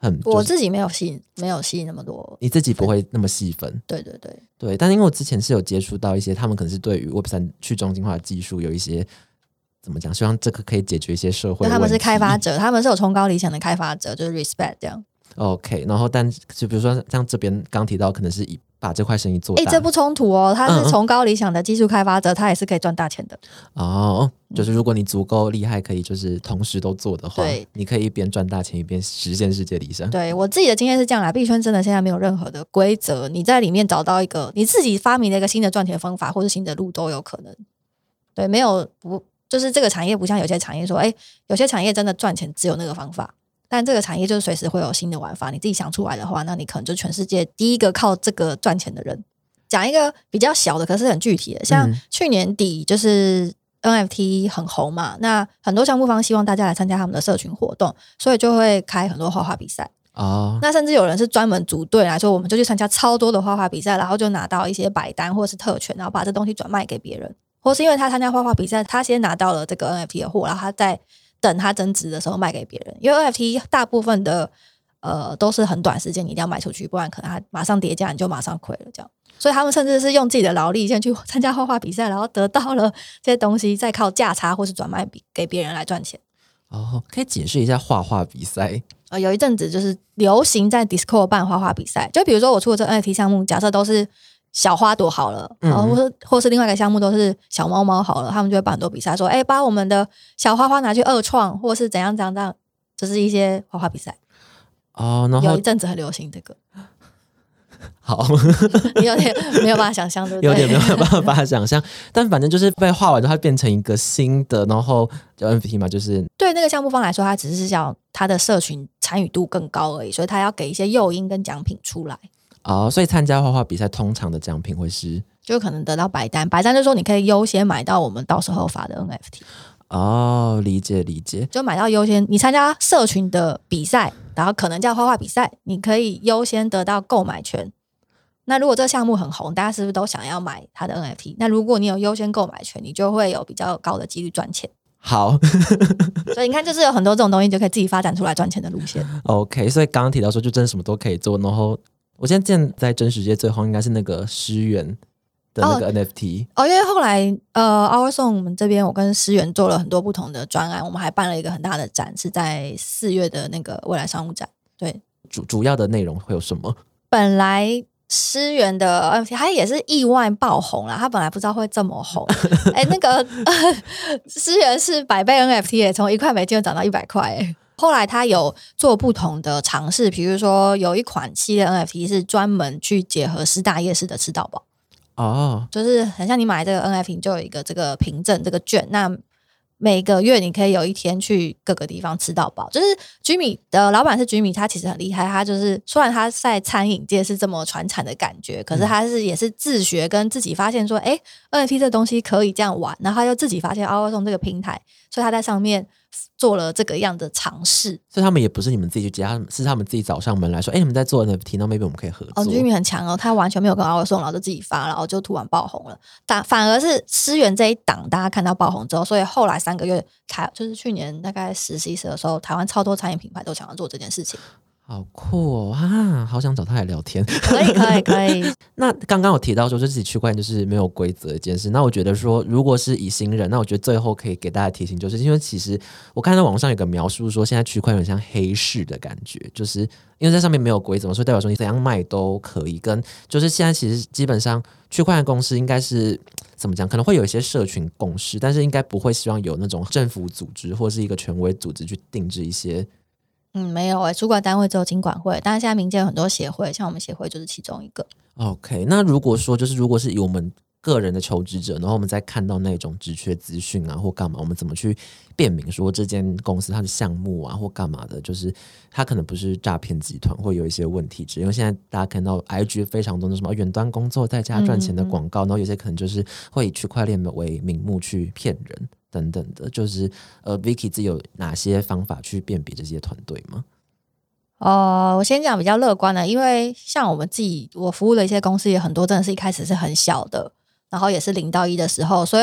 B: 很、就是、
A: 我自己没有吸没有吸那么多，
B: 你自己不会那么细分。
A: 对对对
B: 对，但因为我之前是有接触到一些，他们可能是对于 Web 三 去中心化的技术有一些怎么讲，希望这个可以解决一些社会问题。
A: 他们是开发者，他们是有崇高理想的开发者，就是 respect 这样。
B: OK， 然后但就比如说像这边刚提到，可能是以把这块生意做大，
A: 哎，这不冲突哦。他是崇高理想的技术开发者，嗯、他也是可以赚大钱的。
B: 哦，就是如果你足够厉害，可以就是同时都做的话，对，你可以一边赚大钱一边实现世界理想。
A: 对，我自己的经验是这样啦，币圈真的现在没有任何的规则，你在里面找到一个你自己发明的一个新的赚钱方法或是新的路都有可能。对，没有不就是这个产业不像有些产业说，哎，有些产业真的赚钱只有那个方法。但这个产业就是随时会有新的玩法，你自己想出来的话，那你可能就全世界第一个靠这个赚钱的人。讲一个比较小的，可是很具体的，像去年底就是 N F T 很红嘛，那很多项目方希望大家来参加他们的社群活动，所以就会开很多画画比赛。哦，那甚至有人是专门组队来说，我们就去参加超多的画画比赛，然后就拿到一些百单或是特权，然后把这东西转卖给别人，或是因为他参加画画比赛，他先拿到了这个 N F T 的货，然后他在等它增值的时候卖给别人。因为 N F T 大部分的呃都是很短时间你一定要卖出去，不然可能它马上跌价你就马上亏了这样。所以他们甚至是用自己的劳力先去参加画画比赛，然后得到了这些东西，再靠价差或是转卖给别人来赚钱。
B: 哦，可以解释一下画画比赛？
A: 呃，有一阵子就是流行在 Discord 办画画比赛，就比如说我出的这 N F T 项目，假设都是小花朵好了，然后或是或是另外一个项目都是小猫猫好了，他们就会办很多比赛，说，哎，把我们的小花花拿去二创，或是怎样怎样怎样，就是一些画画比赛。
B: 哦，然后
A: 有一阵子很流行这个。
B: 好，
A: 你有点没有办法想象，对不对？
B: 有点没有办法想象，但反正就是被画完之后，它变成一个新的，然后就 N F T 嘛，就是
A: 对那个项目方来说，它只是要它的社群参与度更高而已，所以它要给一些诱因跟奖品出来。
B: 哦，所以参加画画比赛通常的奖品会是，
A: 就可能得到白单，白单就是说你可以优先买到我们到时候发的 N F T。
B: 哦，理解理解，
A: 就买到优先，你参加社群的比赛，然后可能叫画画比赛，你可以优先得到购买权。那如果这个项目很红，大家是不是都想要买它的 N F T？ 那如果你有优先购买权，你就会有比较高的几率赚钱。
B: 好，
A: 所以你看，就是有很多这种东西，就可以自己发展出来赚钱的路线。
B: OK， 所以刚刚提到说，就真的什么都可以做。然后我现在见在真实界最红应该是那个诗源的那个 N F T
A: 哦，哦因为后来呃 Our Song 我们这边我跟诗源做了很多不同的专案，我们还办了一个很大的展，是在四月的那个未来商务展。对，
B: 主主要的内容会有什么？
A: 本来诗源的 N F T 它也是意外爆红啦，它本来不知道会这么红。哎，那个诗源是百倍 N F T 耶，从一块美金涨到一百块哎。后来他有做不同的尝试，比如说有一款系列 N F T 是专门去结合师大夜市的吃到饱。哦，就是很像你买这个 N F T 就有一个这个凭证这个券，那每个月你可以有一天去各个地方吃到饱。就是 Jimmy 的老板是 Jimmy， 他其实很厉害，他就是虽然他在餐饮界是这么传产的感觉，可是他是也是自学跟自己发现说，哎 ，N F T 这东西可以这样玩，然后他又自己发现 Our Song 这个平台，所以他在上面做了这个样的尝试。
B: 所以他们也不是你们自己去接，是他们自己找上门来说，哎，你们在做 N F T， 那 maybe 我们可以合作。
A: 哦 Jimmy 很强哦，他完全没有跟 Our Song， 然后就自己发，然后就突然爆红了。但反而是诗源这一档，大家看到爆红之后，所以后来三个月开，就是去年大概十十一十的时候，台湾超多餐饮品牌都想要做这件事情。
B: 好酷哦！啊，好想找他来聊天。
A: 可以，可以，可以。
B: 那刚刚有提到说，就自己区块链就是没有规则的一件事。那我觉得说，如果是以新人，那我觉得最后可以给大家提醒，就是因为其实我看到网上有个描述说，现在区块链很像黑市的感觉，就是因为在上面没有规则嘛，所以代表说你怎样卖都可以。跟就是现在其实基本上区块链公司应该是怎么讲，可能会有一些社群共识，但是应该不会希望有那种政府组织或是一个权威组织去定制一些。
A: 嗯，没有诶、欸，主管单位只有金管会，但是现在民间有很多协会，像我们协会就是其中一个。
B: OK， 那如果说就是如果是以我们个人的求职者，然后我们再看到那种职缺资讯啊或干嘛，我们怎么去辨明说这间公司它的项目啊或干嘛的，就是它可能不是诈骗集团，会有一些问题。因为现在大家看到 I G 非常多的什么远端工作在家赚钱的广告，嗯嗯嗯然后有些可能就是会以区块链为名目去骗人。等等的，就是呃 Vicky 自己有哪些方法去辨别这些团队吗？
A: 呃，我先讲比较乐观的，因为像我们自己，我服务的一些公司也很多，真的是一开始是很小的，然后也是零到一的时候，所以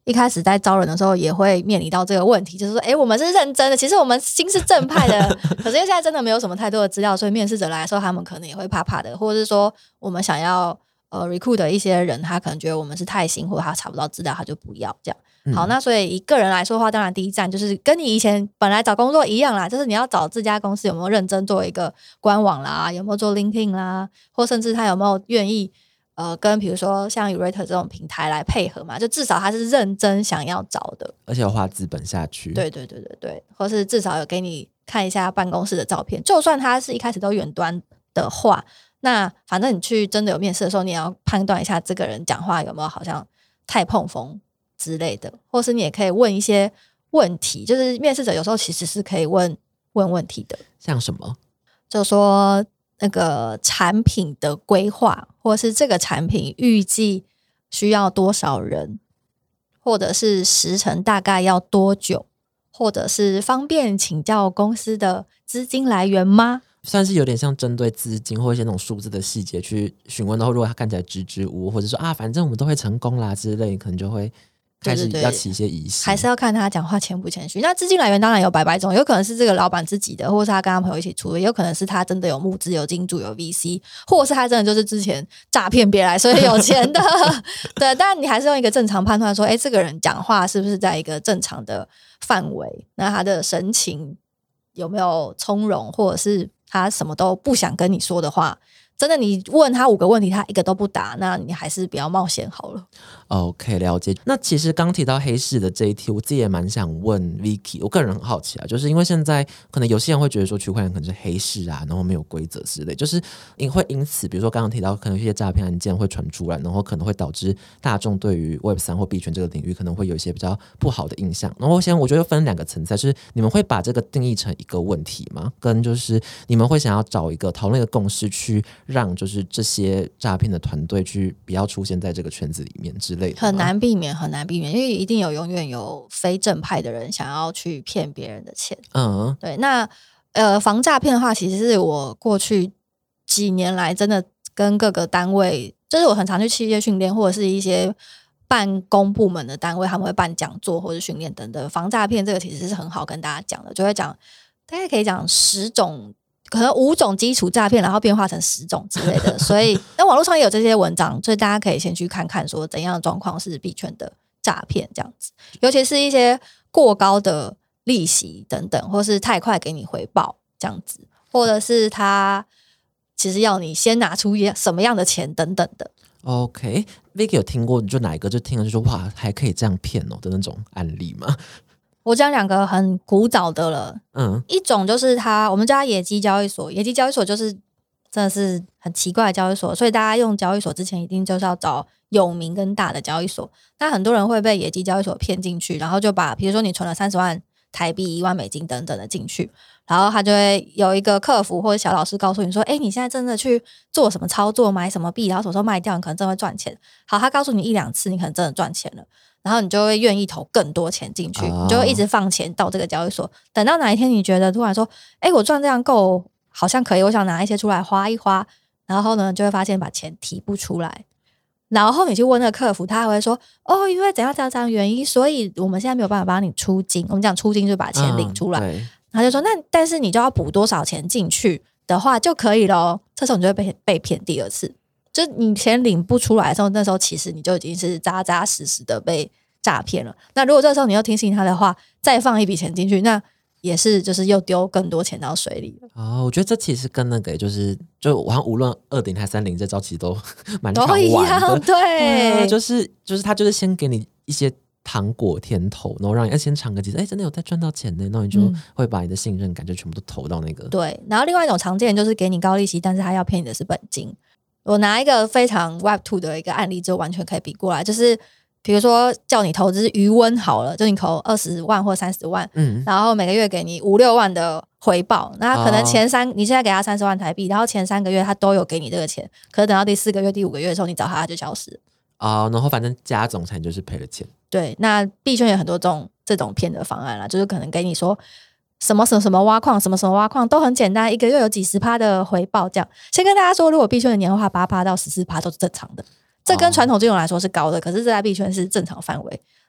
A: 一开始在招人的时候也会面临到这个问题，就是说，哎，我们是认真的，其实我们心是正派的，可是因为现在真的没有什么太多的资料，所以面试者来的时候，他们可能也会怕怕的，或者是说，我们想要呃 recruit 的一些人，他可能觉得我们是太新，或者他查不到资料，他就不要这样。嗯、好，那所以以个人来说的话，当然第一站就是跟你以前本来找工作一样啦，就是你要找这家公司有没有认真做一个官网啦，有没有做 LinkedIn 啦，或甚至他有没有愿意。呃，跟比如说像 Yourator 这种平台来配合嘛，就至少他是认真想要找的，
B: 而且有花资本下去。
A: 对对对对对，或是至少有给你看一下办公室的照片，就算他是一开始都远端的话，那反正你去真的有面试的时候，你也要判断一下这个人讲话有没有好像太碰风之类的，或是你也可以问一些问题，就是面试者有时候其实是可以问问问题的，
B: 像什么？
A: 就说那个产品的规划，或是这个产品预计需要多少人，或者是时程大概要多久，或者是方便请教公司的资金来源吗？
B: 算是有点像针对资金或一些那种数字的细节去询问，然后如果他看起来支支吾吾，或者说啊反正我们都会成功啦之类，可能就会开始要起一些疑心，
A: 还是要看他讲话谦不谦虚。那资金来源当然有百百种，有可能是这个老板自己的，或是他跟他朋友一起出的，有可能是他真的有募资、有金主、有 V C， 或者是他真的就是之前诈骗别人所以有钱的。对，但你还是用一个正常判断说，哎，这个人讲话是不是在一个正常的范围？那他的神情有没有从容，或者是他什么都不想跟你说的话？真的你问他五个问题他一个都不答，那你还是不要冒险好了。
B: OK， 了解。那其实刚提到黑市的这一题，我自己也蛮想问 Vicky， 我个人很好奇啊，就是因为现在可能有些人会觉得说区块链可能是黑市啊，然后没有规则之类，就是会因此比如说刚刚提到可能有一些诈骗案件会传出来，然后可能会导致大众对于 Web 三 或币圈这个领域可能会有一些比较不好的印象。然后先我觉得分两个层次，就是你们会把这个定义成一个问题吗？跟就是你们会想要找一个讨论一个共识去让就是这些诈骗的团队去不要出现在这个圈子里面之类的？
A: 很难避免，很难避免，因为一定有永远有非正派的人想要去骗别人的钱。嗯，对。那呃，防诈骗的话，其实是我过去几年来真的跟各个单位，就是我很常去企业训练，或者是一些办公部门的单位，他们会办讲座或者训练等等。防诈骗这个其实是很好跟大家讲的，就会讲大概可以讲十种。可能五种基础诈骗，然后变化成十种之类的，所以那网络上也有这些文章，所以大家可以先去看看，说怎样的状况是币圈的诈骗这样子，尤其是一些过高的利息等等，或是太快给你回报这样子，或者是他其实要你先拿出什么样的钱等等的。
B: OK，Vicky 有听过，你就哪一个就听了就说哇，还可以这样骗哦的那种案例吗？
A: 我讲两个很古早的了，嗯，一种就是他，我们叫它野鸡交易所，野鸡交易所就是真的是很奇怪的交易所，所以大家用交易所之前一定就是要找有名跟大的交易所。那很多人会被野鸡交易所骗进去，然后就把比如说你存了三十万台币、一万美金等等的进去，然后他就会有一个客服或者小老师告诉你说，哎，你现在真的去做什么操作，买什么币，然后什么时候卖掉，你可能真的会赚钱。好，他告诉你一两次，你可能真的赚钱了。然后你就会愿意投更多钱进去，你就会一直放钱到这个交易所，等到哪一天你觉得突然说，哎，我赚这样够，好像可以，我想拿一些出来花一花，然后呢就会发现把钱提不出来，然后你去问那个客服，他还会说，哦，因为怎样怎样怎样原因，所以我们现在没有办法帮你出金。我们讲出金就把钱领出来，嗯、然后就说那但是你就要补多少钱进去的话就可以咯。这时候你就会被被骗第二次。就你钱领不出来的时候，那时候其实你就已经是扎扎实实的被诈骗了。那如果这时候你又听信他的话，再放一笔钱进去，那也是就是又丢更多钱到水里了。
B: 哦，我觉得这其实跟那个就是就我好像无论二零还三零这招其实都蛮常玩的，
A: 对、
B: 啊，就是就是他就是先给你一些糖果甜头，然后让你先尝个几次，哎，真的有在赚到钱呢，然后你就会把你的信任感就全部都投到那个、嗯、
A: 对。然后另外一种常见就是给你高利息，但是他要骗你的是本金。我拿一个非常 Web 二 的一个案例就完全可以比过来，就是比如说叫你投资余温好了，就你投二十万或三十万、嗯、然后每个月给你五六万的回报，那可能前三、哦、你现在给他三十万台币，然后前三个月他都有给你这个钱，可是等到第四个月第五个月的时候你找他他就消失了
B: 啊、哦，然后反正加总裁就是赔了钱。
A: 对，那币圈有很多这种这种骗的方案啦，就是可能给你说什么什么什么挖矿什么什么挖矿都很简单，一个月有几十趴的回报这样。先跟大家说，如果币圈的年化八趴到十四趴都是正常的，这跟传统金融来说是高的，可是这在币圈是正常范围。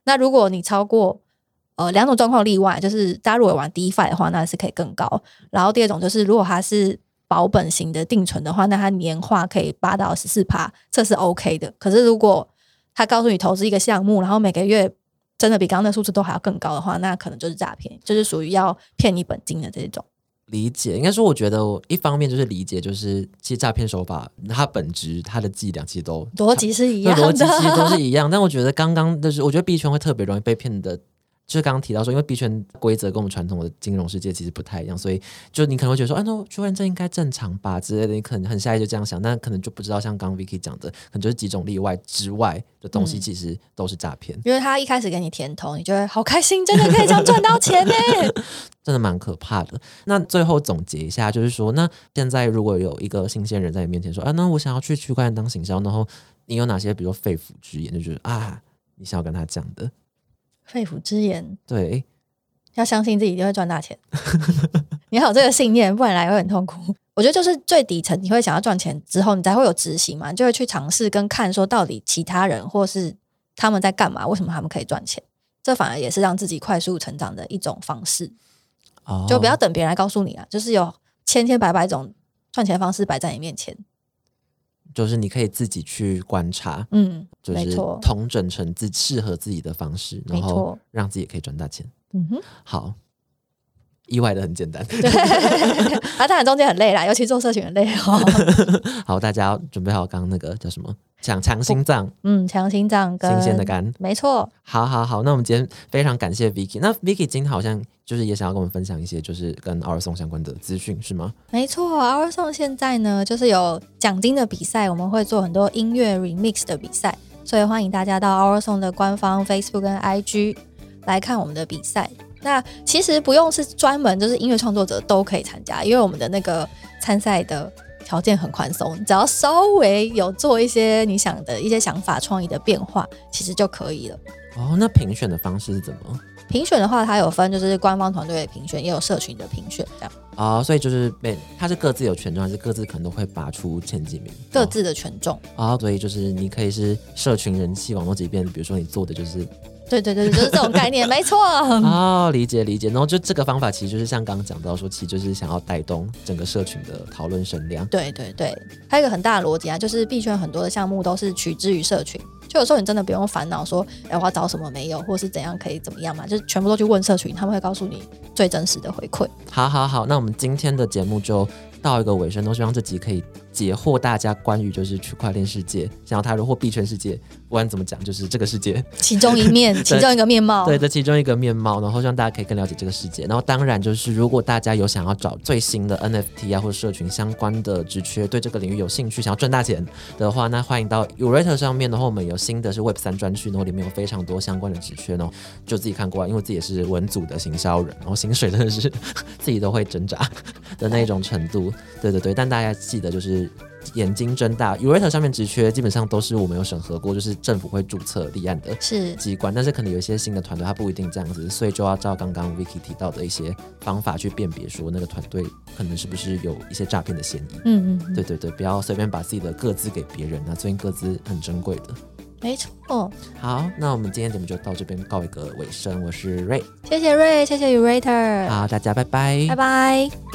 A: 那如果你超过呃两种状况例外，就是大家如果玩 DeFi 的话，那是可以更高。然后第二种就是如果它是保本型的定存的话，那它年化可以八到十四趴，这是 OK 的。可是如果他告诉你投资一个项目，然后每个月真的比刚刚的数字都还要更高的话，那可能就是诈骗，就是属于要骗你本金的这种。
B: 理解，应该说我觉得我一方面就是理解，就是其实诈骗手法它本质它的伎俩其实都
A: 逻辑是一样的，
B: 逻辑其实都是一样。但我觉得刚刚就是我觉得币圈会特别容易被骗的，就是刚刚提到说，因为币圈规则跟我们传统的金融世界其实不太一样，所以就你可能会觉得说，啊，那区块链这应该正常吧之类的，你可能很下意识就这样想，但可能就不知道像刚刚 Vicky 讲的，可能就是几种例外之外的东西，其实都是诈骗、嗯。
A: 因为他一开始给你甜头，你就会好开心，真的可以这样赚到钱呢，
B: 真的蛮可怕的。那最后总结一下，就是说，那现在如果有一个新鲜人在你面前说，啊，那我想要去区块链当行销，然后你有哪些比如说肺腑之言，就觉得啊，你想要跟他讲的？
A: 肺腑之言，
B: 对，
A: 要相信自己一定会赚大钱。你要有这个信念，不然来会很痛苦。我觉得就是最底层，你会想要赚钱之后，你才会有执行嘛，你就会去尝试跟看说到底其他人或是他们在干嘛，为什么他们可以赚钱，这反而也是让自己快速成长的一种方式。哦、就不要等别人来告诉你啊，就是有千千百百种赚钱方式摆在你面前。
B: 就是你可以自己去观察，
A: 嗯，
B: 就是统整成自适合自己的方式，然后让自己也可以赚大钱。嗯哼，好，意外的很简单。
A: 对，啊，当然中间很累啦，尤其做社群很累哦。
B: 好，大家要准备好刚刚那个叫什么？强强心脏，
A: 嗯，强心脏跟
B: 新鲜的肝，
A: 没错。
B: 好好好，那我们今天非常感谢 Vicky。那 Vicky 今天好像就是也想要跟我们分享一些就是跟 OurSong 相关的资讯，是吗？
A: 没错 ，OurSong 现在呢就是有奖金的比赛，我们会做很多音乐 remix 的比赛，所以欢迎大家到 OurSong 的官方 Facebook 跟 I G 来看我们的比赛。那其实不用是专门就是音乐创作者都可以参加，因为我们的那个参赛的条件很宽松，只要稍微有做一些你想的一些想法创意的变化，其实就可以了。
B: 哦，那评选的方式是怎么？
A: 评选的话，它有分就是官方团队的评选，也有社群的评选这样。
B: 哦，所以就是被它是各自有权重，还是各自可能都会拔出前几名？
A: 各自的权重。
B: 哦，所以就是你可以是社群人气网络级变，比如说你做的就是。
A: 对对对，就是这种概念，没错。
B: 哦，理解理解。然后就这个方法，其实就是像刚刚讲到说，其实就是想要带动整个社群的讨论声量。
A: 对对对，还有一个很大的逻辑啊，就是币圈很多的项目都是取之于社群，就有时候你真的不用烦恼说，哎，我要找什么没有，或是怎样可以怎么样嘛，就是全部都去问社群，他们会告诉你最真实的回馈。
B: 好好好，那我们今天的节目就到一个尾声，都希望这集可以解惑大家关于就是区块链世界，想要踏入或币圈世界，不管怎么讲，就是这个世界
A: 其中一面，其中一个面貌，
B: 对的，其中一个面貌。然后希望大家可以更了解这个世界。然后当然就是，如果大家有想要找最新的 N F T 啊，或者社群相关的职缺，对这个领域有兴趣，想要赚大钱的话，那欢迎到 Yourator 上面。然后我们有新的是 Web 三专区，然后里面有非常多相关的职缺，然后就自己看过来，因为自己也是文组的行销人，然后薪水真的是自己都会挣扎的那种程度。对对对，但大家记得就是眼睛睁大 ，Yourator 上面职缺基本上都是我们有审核过，就是政府会注册立案的机关，但是可能有一些新的团队它不一定这样子，所以就要照刚刚 Vicky 提到的一些方法去辨别说那个团队可能是不是有一些诈骗的嫌疑。嗯嗯，对对对，不要随便把自己的个资给别人啊，最近个资很珍贵的。
A: 没错。
B: 好，那我们今天节目就到这边告一个尾声。我是 Ray，
A: 谢谢 Ray， 谢谢 Yourator，
B: 好，大家拜拜，
A: 拜拜。